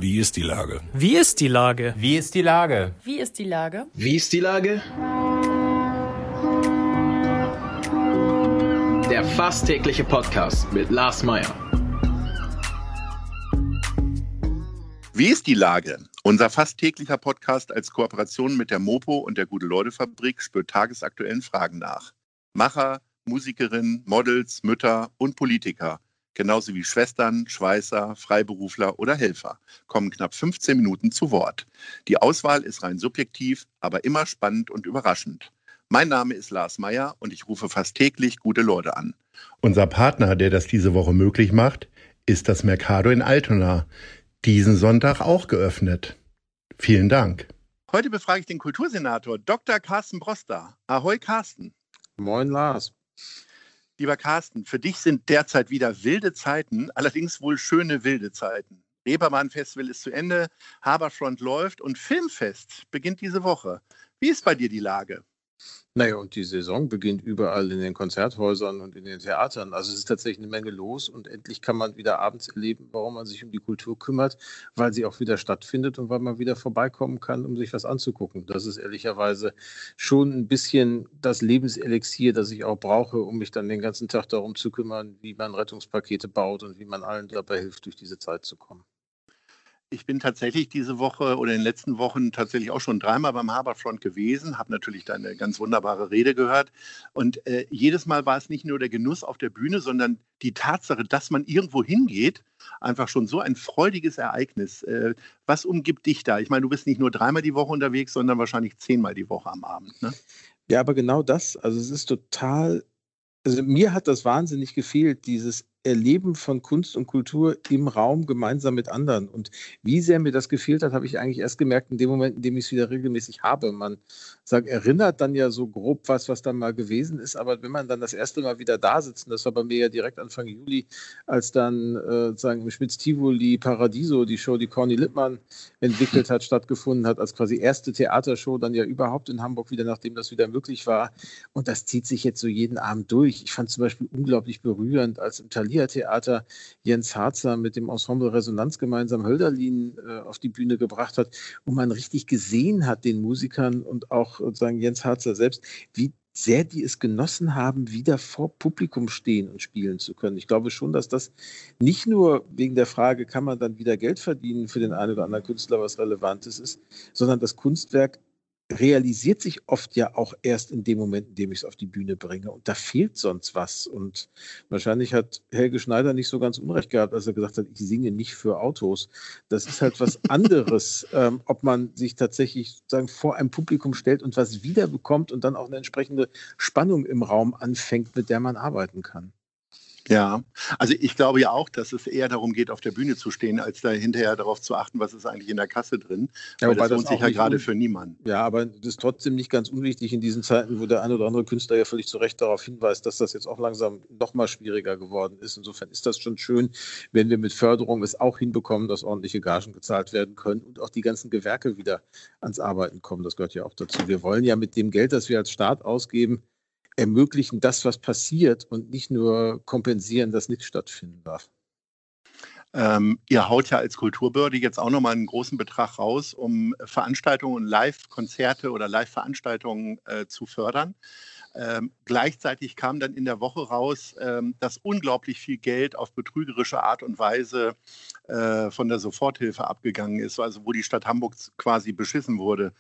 Wie ist die Lage? Wie ist die Lage? Wie ist die Lage? Wie ist die Lage? Wie ist die Lage? Der fast tägliche Podcast mit Lars Meyer. Wie ist die Lage? Unser fast täglicher Podcast als Kooperation mit der Mopo und der Gute-Leute-Fabrik spürt tagesaktuellen Fragen nach. Macher, Musikerinnen, Models, Mütter und Politiker, genauso wie Schwestern, Schweißer, Freiberufler oder Helfer, kommen knapp 15 Minuten zu Wort. Die Auswahl ist rein subjektiv, aber immer spannend und überraschend. Mein Name ist Lars Meyer und ich rufe fast täglich gute Leute an. Unser Partner, der das diese Woche möglich macht, ist das Mercado in Altona. Diesen Sonntag auch geöffnet. Vielen Dank. Heute befrage ich den Kultursenator Dr. Carsten Broster. Ahoi Carsten. Moin Lars. Lieber Carsten, für dich sind derzeit wieder wilde Zeiten, allerdings wohl schöne wilde Zeiten. Reeperbahn-Festival ist zu Ende, Harbourfront läuft und Filmfest beginnt diese Woche. Wie ist bei dir die Lage? Naja, und die Saison beginnt überall in den Konzerthäusern und in den Theatern. Also es ist tatsächlich eine Menge los und endlich kann man wieder abends erleben, warum man sich um die Kultur kümmert, weil sie auch wieder stattfindet und weil man wieder vorbeikommen kann, um sich was anzugucken. Das ist ehrlicherweise schon ein bisschen das Lebenselixier, das ich auch brauche, um mich dann den ganzen Tag darum zu kümmern, wie man Rettungspakete baut und wie man allen dabei hilft, durch diese Zeit zu kommen. Ich bin tatsächlich diese Woche oder in den letzten Wochen tatsächlich auch schon dreimal beim Harbourfront gewesen, habe natürlich deine ganz wunderbare Rede gehört. Und jedes Mal war es nicht nur der Genuss auf der Bühne, sondern die Tatsache, dass man irgendwo hingeht, einfach schon so ein freudiges Ereignis. Was umgibt dich da? Ich meine, du bist nicht nur dreimal die Woche unterwegs, sondern wahrscheinlich 10-mal die Woche am Abend, ne? Ja, aber genau das, also es ist total, also mir hat das wahnsinnig gefehlt, dieses Erleben von Kunst und Kultur im Raum gemeinsam mit anderen. Und wie sehr mir das gefehlt hat, habe ich eigentlich erst gemerkt in dem Moment, in dem ich es wieder regelmäßig habe. Man erinnert dann ja so grob was dann mal gewesen ist, aber wenn man dann das erste Mal wieder da sitzt, und das war bei mir ja direkt Anfang Juli, als dann im Schmitz-Tivoli Paradiso, die Show, die Corny Lippmann entwickelt hat, stattgefunden hat, als quasi erste Theatershow dann ja überhaupt in Hamburg wieder, nachdem das wieder möglich war. Und das zieht sich jetzt so jeden Abend durch. Ich fand zum Beispiel unglaublich berührend, als im Theater Jens Harzer mit dem Ensemble Resonanz gemeinsam Hölderlin auf die Bühne gebracht hat, wo man richtig gesehen hat, den Musikern und auch sozusagen Jens Harzer selbst, wie sehr die es genossen haben, wieder vor Publikum stehen und spielen zu können. Ich glaube schon, dass das nicht nur wegen der Frage, kann man dann wieder Geld verdienen für den einen oder anderen Künstler, was Relevantes ist, sondern das Kunstwerk realisiert sich oft ja auch erst in dem Moment, in dem ich es auf die Bühne bringe. Und da fehlt sonst was. Und wahrscheinlich hat Helge Schneider nicht so ganz unrecht gehabt, als er gesagt hat, ich singe nicht für Autos. Das ist halt was anderes, ob man sich tatsächlich sozusagen vor einem Publikum stellt und was wiederbekommt und dann auch eine entsprechende Spannung im Raum anfängt, mit der man arbeiten kann. Ja, also ich glaube ja auch, dass es eher darum geht, auf der Bühne zu stehen, als da hinterher darauf zu achten, was ist eigentlich in der Kasse drin. Ja, weil das lohnt sich ja gerade für niemanden. Ja, aber das ist trotzdem nicht ganz unwichtig in diesen Zeiten, wo der ein oder andere Künstler ja völlig zu Recht darauf hinweist, dass das jetzt auch langsam noch mal schwieriger geworden ist. Insofern ist das schon schön, wenn wir mit Förderung es auch hinbekommen, dass ordentliche Gagen gezahlt werden können und auch die ganzen Gewerke wieder ans Arbeiten kommen. Das gehört ja auch dazu. Wir wollen ja mit dem Geld, das wir als Staat ausgeben, ermöglichen das, was passiert und nicht nur kompensieren, dass nichts stattfinden darf. Ihr haut ja als Kulturbehörde jetzt auch nochmal einen großen Betrag raus, um Veranstaltungen, Live-Konzerte oder Live-Veranstaltungen zu fördern. Gleichzeitig kam dann in der Woche raus, dass unglaublich viel Geld auf betrügerische Art und Weise von der Soforthilfe abgegangen ist, also wo die Stadt Hamburg quasi beschissen wurde.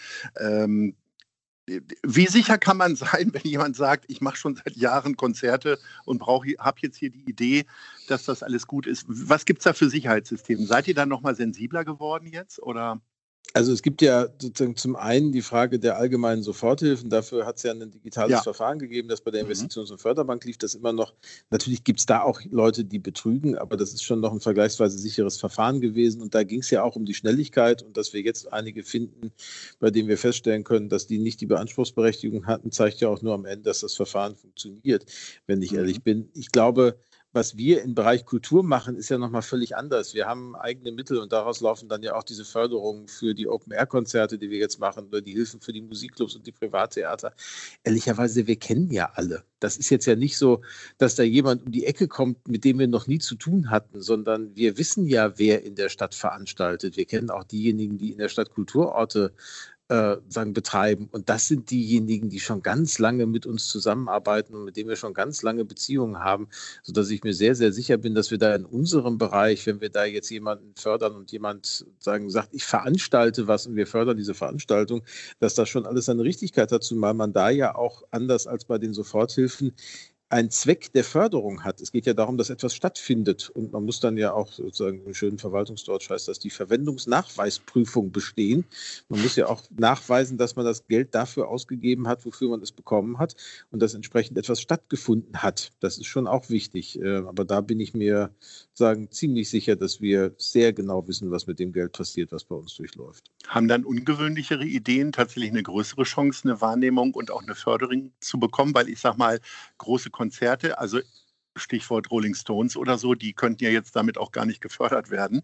Wie sicher kann man sein, wenn jemand sagt, ich mache schon seit Jahren Konzerte und habe jetzt hier die Idee, dass das alles gut ist? Was gibt es da für Sicherheitssysteme? Seid ihr dann nochmal sensibler geworden jetzt? Oder? Also es gibt ja sozusagen zum einen die Frage der allgemeinen Soforthilfen. Dafür hat es ja ein digitales Verfahren gegeben, das bei der Investitions- und Förderbank lief. Das immer noch. Natürlich gibt es da auch Leute, die betrügen, aber das ist schon noch ein vergleichsweise sicheres Verfahren gewesen. Und da ging es ja auch um die Schnelligkeit und dass wir jetzt einige finden, bei denen wir feststellen können, dass die nicht die Beanspruchsberechtigung hatten, zeigt ja auch nur am Ende, dass das Verfahren funktioniert, wenn ich ehrlich bin. Ich glaube, was wir im Bereich Kultur machen, ist ja nochmal völlig anders. Wir haben eigene Mittel und daraus laufen dann ja auch diese Förderungen für die Open-Air-Konzerte, die wir jetzt machen, oder die Hilfen für die Musikclubs und die Privattheater. Ehrlicherweise, wir kennen ja alle. Das ist jetzt ja nicht so, dass da jemand um die Ecke kommt, mit dem wir noch nie zu tun hatten, sondern wir wissen ja, wer in der Stadt veranstaltet. Wir kennen auch diejenigen, die in der Stadt Kulturorte betreiben. Und das sind diejenigen, die schon ganz lange mit uns zusammenarbeiten und mit denen wir schon ganz lange Beziehungen haben, sodass ich mir sehr, sehr sicher bin, dass wir da in unserem Bereich, wenn wir da jetzt jemanden fördern und jemand sagt, ich veranstalte was und wir fördern diese Veranstaltung, dass das schon alles seine Richtigkeit hat, zumal man da ja auch anders als bei den Soforthilfen einen Zweck der Förderung hat. Es geht ja darum, dass etwas stattfindet. Und man muss dann ja auch sozusagen im schönen Verwaltungsdeutsch heißt das, die Verwendungsnachweisprüfung bestehen. Man muss ja auch nachweisen, dass man das Geld dafür ausgegeben hat, wofür man es bekommen hat und dass entsprechend etwas stattgefunden hat. Das ist schon auch wichtig. Aber da bin ich mir ziemlich sicher, dass wir sehr genau wissen, was mit dem Geld passiert, was bei uns durchläuft. Haben dann ungewöhnlichere Ideen tatsächlich eine größere Chance, eine Wahrnehmung und auch eine Förderung zu bekommen? Weil ich sage mal, große Konzerte, also Stichwort Rolling Stones oder so, die könnten ja jetzt damit auch gar nicht gefördert werden.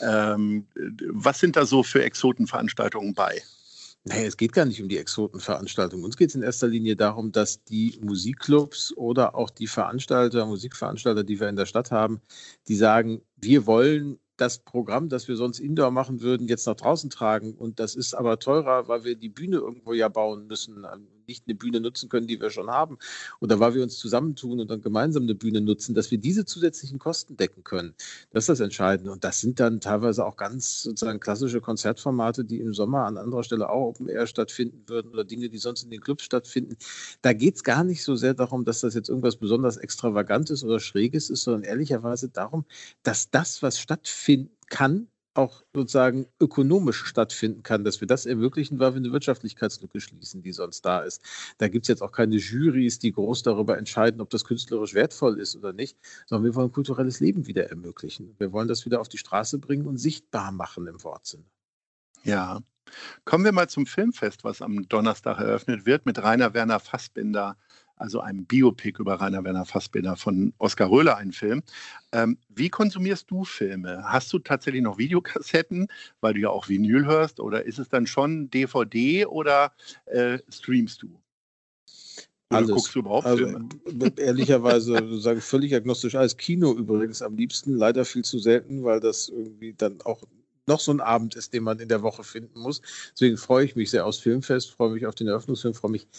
Was sind da so für Exotenveranstaltungen bei? Naja, es geht gar nicht um die Exotenveranstaltung. Uns geht es in erster Linie darum, dass die Musikclubs oder auch die Musikveranstalter, die wir in der Stadt haben, die sagen, wir wollen das Programm, das wir sonst indoor machen würden, jetzt nach draußen tragen. Und das ist aber teurer, weil wir die Bühne irgendwo ja bauen müssen, nicht eine Bühne nutzen können, die wir schon haben. Oder weil wir uns zusammentun und dann gemeinsam eine Bühne nutzen, dass wir diese zusätzlichen Kosten decken können. Das ist das Entscheidende. Und das sind dann teilweise auch ganz sozusagen klassische Konzertformate, die im Sommer an anderer Stelle auch Open Air stattfinden würden oder Dinge, die sonst in den Clubs stattfinden. Da geht es gar nicht so sehr darum, dass das jetzt irgendwas besonders Extravagantes oder Schräges ist, sondern ehrlicherweise darum, dass das, was stattfinden kann, auch sozusagen ökonomisch stattfinden kann, dass wir das ermöglichen, weil wir eine Wirtschaftlichkeitslücke schließen, die sonst da ist. Da gibt es jetzt auch keine Jurys, die groß darüber entscheiden, ob das künstlerisch wertvoll ist oder nicht, sondern wir wollen kulturelles Leben wieder ermöglichen. Wir wollen das wieder auf die Straße bringen und sichtbar machen im Wortsinne. Ja. Kommen wir mal zum Filmfest, was am Donnerstag eröffnet wird mit Rainer Werner Fassbinder, also einem Biopic über Rainer Werner Fassbinder von Oskar Röhler, einen Film. Wie konsumierst du Filme? Hast du tatsächlich noch Videokassetten, weil du ja auch Vinyl hörst, oder ist es dann schon DVD oder streamst du? Oder alles. Guckst du überhaupt Filme? Ehrlicherweise völlig agnostisch. Alles Kino übrigens am liebsten, leider viel zu selten, weil das irgendwie dann auch noch so ein Abend ist, den man in der Woche finden muss. Deswegen freue ich mich sehr aufs Filmfest, freue mich auf den Eröffnungsfilm, freue mich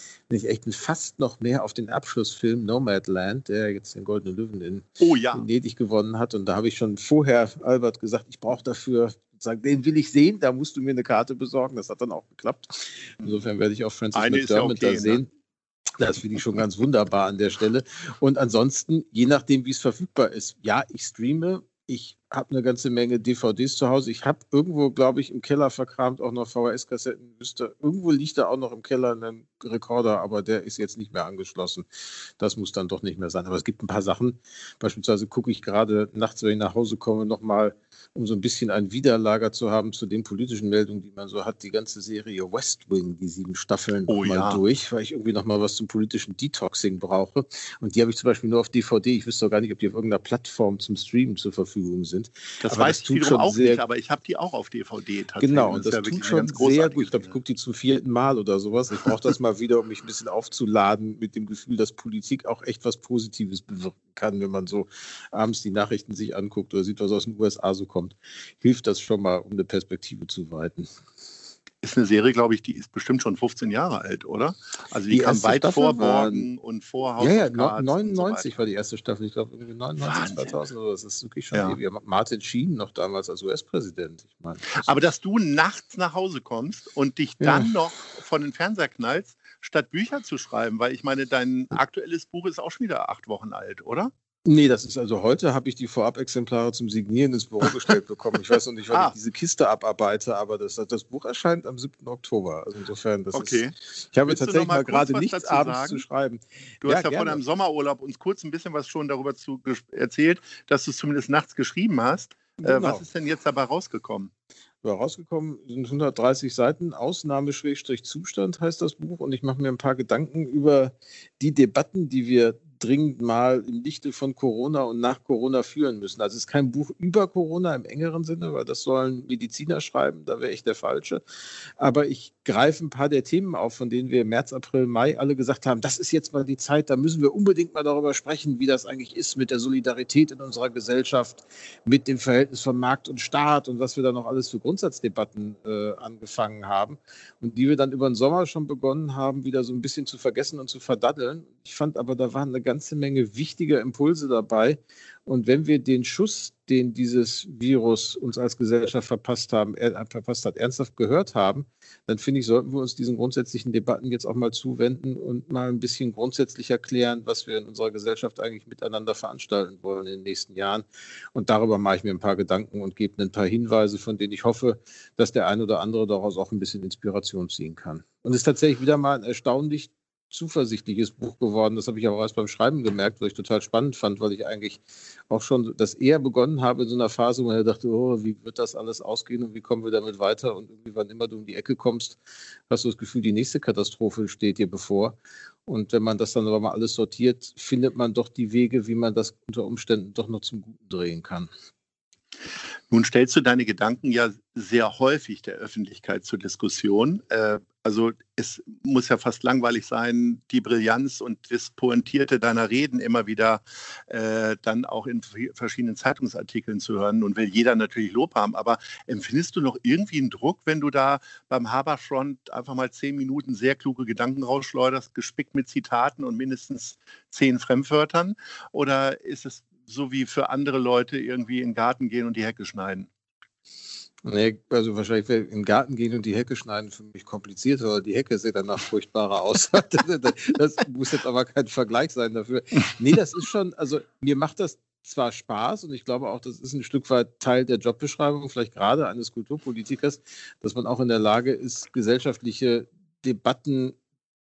fast noch mehr auf den Abschlussfilm Nomadland, der jetzt den Goldenen Löwen in Venedig gewonnen hat. Und da habe ich schon vorher Albert gesagt, ich brauche dafür, den will ich sehen, da musst du mir eine Karte besorgen. Das hat dann auch geklappt. Insofern werde ich auch Francis McDormand da sehen. Ne? Das finde ich schon ganz wunderbar an der Stelle. Und ansonsten, je nachdem, wie es verfügbar ist, ja, ich streame. Ich habe eine ganze Menge DVDs zu Hause. Ich habe irgendwo, glaube ich, im Keller verkramt auch noch VHS-Kassetten. Irgendwo liegt da auch noch im Keller ein Rekorder, aber der ist jetzt nicht mehr angeschlossen. Das muss dann doch nicht mehr sein. Aber es gibt ein paar Sachen. Beispielsweise gucke ich gerade nachts, wenn ich nach Hause komme, nochmal, um so ein bisschen ein Widerlager zu haben zu den politischen Meldungen, die man so hat, die ganze Serie West Wing, die 7 Staffeln durch, weil ich irgendwie nochmal was zum politischen Detoxing brauche. Und die habe ich zum Beispiel nur auf DVD. Ich wüsste auch gar nicht, ob die auf irgendeiner Plattform zum Streamen zur Verfügung sind. Das weiß ich wiederum auch nicht, aber ich habe die auch auf DVD tatsächlich. Genau, und das tut schon sehr gut. Ich glaube, ich gucke die zum 4. Mal oder sowas. Ich brauche das mal wieder, um mich ein bisschen aufzuladen mit dem Gefühl, dass Politik auch echt was Positives bewirken kann, wenn man so abends die Nachrichten sich anguckt oder sieht, was aus den USA so kommt. Hilft das schon mal, um eine Perspektive zu weiten. Ist eine Serie, glaube ich, die ist bestimmt schon 15 Jahre alt, oder? Also die kam weit vor Borgen und vor House of Cards. 99 war die erste Staffel. Ich glaube, 99, 2000 oder das ist wirklich schon ewig. Martin Sheen noch damals als US-Präsident. Ich meine, aber dass du nachts nach Hause kommst und dich dann noch von den Fernseher knallst, statt Bücher zu schreiben, weil ich meine, dein aktuelles Buch ist auch schon wieder 8 Wochen alt, oder? Nee, das ist also heute habe ich die Vorab-Exemplare zum Signieren ins Büro gestellt bekommen. Ich weiß noch nicht, wann ich diese Kiste abarbeite, aber das Buch erscheint am 7. Oktober. Also insofern, das ist. Ich habe tatsächlich mal gerade nichts abends zu schreiben. Du hast ja von deinem Sommerurlaub uns kurz ein bisschen was schon darüber erzählt, dass du es zumindest nachts geschrieben hast. Genau. Was ist denn jetzt dabei rausgekommen? Rausgekommen sind 130 Seiten, Ausnahme-Zustand heißt das Buch, und ich mache mir ein paar Gedanken über die Debatten, die wir dringend mal im Lichte von Corona und nach Corona führen müssen. Also es ist kein Buch über Corona im engeren Sinne, weil das sollen Mediziner schreiben, da wäre ich der Falsche. Aber ich greife ein paar der Themen auf, von denen wir im März, April, Mai alle gesagt haben, das ist jetzt mal die Zeit, da müssen wir unbedingt mal darüber sprechen, wie das eigentlich ist mit der Solidarität in unserer Gesellschaft, mit dem Verhältnis von Markt und Staat und was wir da noch alles für Grundsatzdebatten angefangen haben und die wir dann über den Sommer schon begonnen haben, wieder so ein bisschen zu vergessen und zu verdaddeln. Ich fand aber, da waren eine ganze Menge wichtiger Impulse dabei. Und wenn wir den Schuss, den dieses Virus uns als Gesellschaft verpasst hat, ernsthaft gehört haben, dann finde ich, sollten wir uns diesen grundsätzlichen Debatten jetzt auch mal zuwenden und mal ein bisschen grundsätzlicher klären, was wir in unserer Gesellschaft eigentlich miteinander veranstalten wollen in den nächsten Jahren. Und darüber mache ich mir ein paar Gedanken und gebe ein paar Hinweise, von denen ich hoffe, dass der ein oder andere daraus auch ein bisschen Inspiration ziehen kann. Und es ist tatsächlich wieder mal ein erstaunlich zuversichtliches Buch geworden. Das habe ich auch erst beim Schreiben gemerkt, was ich total spannend fand, weil ich eigentlich auch schon das eher begonnen habe in so einer Phase, wo man dachte, oh, wie wird das alles ausgehen und wie kommen wir damit weiter? Und irgendwie, wann immer du um die Ecke kommst, hast du das Gefühl, die nächste Katastrophe steht dir bevor. Und wenn man das dann aber mal alles sortiert, findet man doch die Wege, wie man das unter Umständen doch noch zum Guten drehen kann. Nun stellst du deine Gedanken ja sehr häufig der Öffentlichkeit zur Diskussion. Also es muss ja fast langweilig sein, die Brillanz und das Pointierte deiner Reden immer wieder dann auch in verschiedenen Zeitungsartikeln zu hören. Nun will jeder natürlich Lob haben, aber empfindest du noch irgendwie einen Druck, wenn du da beim Haberfront einfach mal 10 Minuten sehr kluge Gedanken rausschleuderst, gespickt mit Zitaten und mindestens 10 Fremdwörtern? Oder ist es so wie für andere Leute irgendwie in den Garten gehen und die Hecke schneiden? Nee, also wahrscheinlich wäre in den Garten gehen und die Hecke schneiden für mich komplizierter, weil die Hecke sieht danach furchtbarer aus. Das muss jetzt aber kein Vergleich sein dafür. Nee, das ist schon, also mir macht das zwar Spaß und ich glaube auch, das ist ein Stück weit Teil der Jobbeschreibung, vielleicht gerade eines Kulturpolitikers, dass man auch in der Lage ist, gesellschaftliche Debatten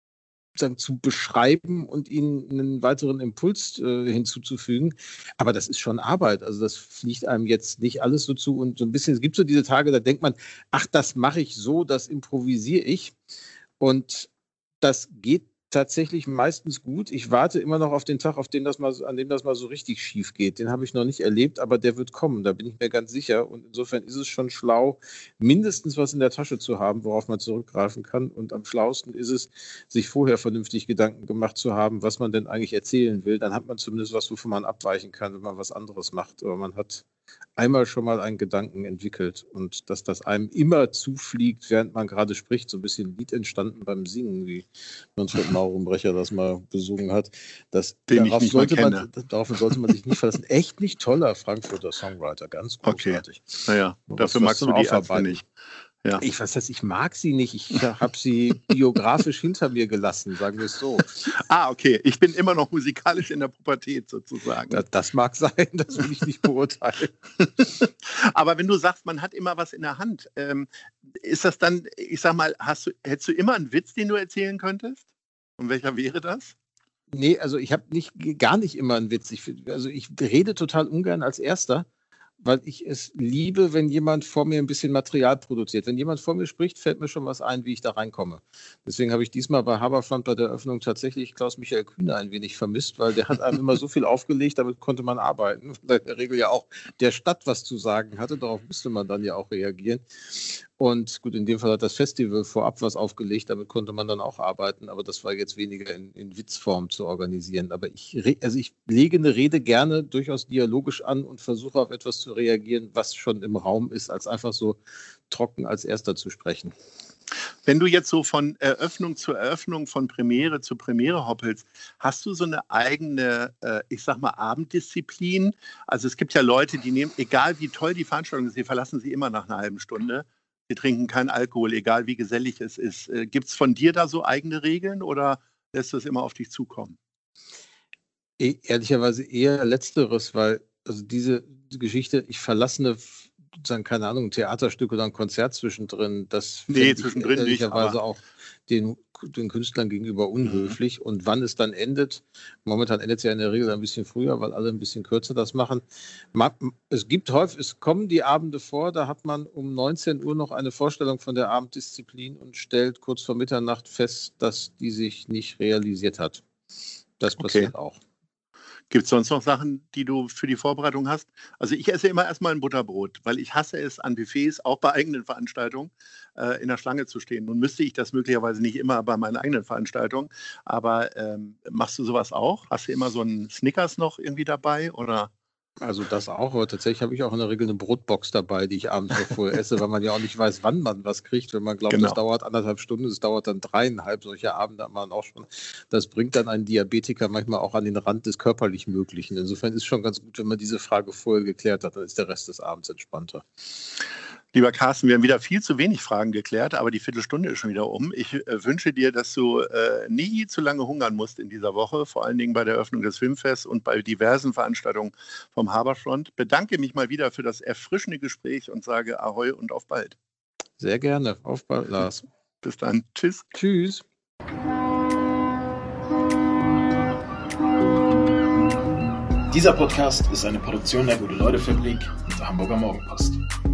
zu beschreiben und ihnen einen weiteren Impuls hinzuzufügen. Aber das ist schon Arbeit. Also das fliegt einem jetzt nicht alles so zu. Und so ein bisschen, es gibt so diese Tage, da denkt man, ach, das mache ich so, das improvisiere ich. Und das geht tatsächlich meistens gut. Ich warte immer noch auf den Tag, an dem das mal so richtig schief geht. Den habe ich noch nicht erlebt, aber der wird kommen, da bin ich mir ganz sicher. Und insofern ist es schon schlau, mindestens was in der Tasche zu haben, worauf man zurückgreifen kann. Und am schlausten ist es, sich vorher vernünftig Gedanken gemacht zu haben, was man denn eigentlich erzählen will. Dann hat man zumindest was, wovon man abweichen kann, wenn man was anderes macht. Aber man hat einmal schon mal einen Gedanken entwickelt und dass das einem immer zufliegt, während man gerade spricht, so ein bisschen Lied entstanden beim Singen, wie Manfred Maurenbrecher das mal besungen hat. Darauf sollte man sich nicht verlassen. Echt nicht toller Frankfurter Songwriter, ganz großartig. Okay. Naja, dafür magst du die Ärzte nicht. Ja. Ich mag sie nicht. Ich habe sie biografisch hinter mir gelassen, sagen wir es so. Okay. Ich bin immer noch musikalisch in der Pubertät sozusagen. Das mag sein, das will ich nicht beurteilen. Aber wenn du sagst, man hat immer was in der Hand, ist das dann, ich sag mal, hättest du immer einen Witz, den du erzählen könntest? Und welcher wäre das? Nee, also ich habe gar nicht immer einen Witz. Ich rede total ungern als Erster, weil ich es liebe, wenn jemand vor mir ein bisschen Material produziert. Wenn jemand vor mir spricht, fällt mir schon was ein, wie ich da reinkomme. Deswegen habe ich diesmal bei Haberfront bei der Eröffnung tatsächlich Klaus-Michael Kühne ein wenig vermisst, weil der hat einem immer so viel aufgelegt, damit konnte man arbeiten. Weil in der Regel ja auch der Stadt was zu sagen hatte, darauf musste man dann ja auch reagieren. Und gut, in dem Fall hat das Festival vorab was aufgelegt, damit konnte man dann auch arbeiten, aber das war jetzt weniger in Witzform zu organisieren. Aber ich lege eine Rede gerne durchaus dialogisch an und versuche auf etwas zu reagieren, was schon im Raum ist, als einfach so trocken als Erster zu sprechen. Wenn du jetzt so von Eröffnung zu Eröffnung, von Premiere zu Premiere hoppelst, hast du so eine eigene, ich sag mal, Abenddisziplin? Also es gibt ja Leute, die nehmen, egal wie toll die Veranstaltung ist, sie verlassen sie immer nach einer halben Stunde. Sie trinken keinen Alkohol, egal wie gesellig es ist. Gibt es von dir da so eigene Regeln oder lässt du es immer auf dich zukommen? Ehrlicherweise eher Letzteres, weil also diese Geschichte, ich verlasse keine Ahnung, ein Theaterstück oder ein Konzert zwischendrin, das finde ich ehrlicherweise auch den Künstlern gegenüber unhöflich. Und wann es dann endet, momentan endet es ja in der Regel ein bisschen früher, weil alle ein bisschen kürzer das machen. Es kommen die Abende vor, da hat man um 19 Uhr noch eine Vorstellung von der Abenddisziplin und stellt kurz vor Mitternacht fest, dass die sich nicht realisiert hat. Das passiert auch. Gibt es sonst noch Sachen, die du für die Vorbereitung hast? Also ich esse immer erstmal ein Butterbrot, weil ich hasse es an Buffets, auch bei eigenen Veranstaltungen, in der Schlange zu stehen. Nun müsste ich das möglicherweise nicht immer bei meinen eigenen Veranstaltungen, aber machst du sowas auch? Hast du immer so einen Snickers noch irgendwie dabei oder? Also das auch, aber tatsächlich habe ich auch in der Regel eine Brotbox dabei, die ich abends noch vorher esse, weil man ja auch nicht weiß, wann man was kriegt. Wenn man glaubt, Genau. das dauert 1,5 Stunden, es dauert dann 3,5. Solche Abende hat man auch schon. Das bringt dann einen Diabetiker manchmal auch an den Rand des körperlich Möglichen. Insofern ist es schon ganz gut, wenn man diese Frage vorher geklärt hat, dann ist der Rest des Abends entspannter. Lieber Carsten, wir haben wieder viel zu wenig Fragen geklärt, aber die Viertelstunde ist schon wieder um. Ich wünsche dir, dass du nie zu lange hungern musst in dieser Woche, vor allen Dingen bei der Eröffnung des Filmfests und bei diversen Veranstaltungen vom Harbourfront. Bedanke mich mal wieder für das erfrischende Gespräch und sage Ahoi und auf bald. Sehr gerne. Auf bald, Lars. Bis dann. Tschüss. Tschüss. Dieser Podcast ist eine Produktion der Gute-Leute-Fabrik und der Hamburger Morgenpost.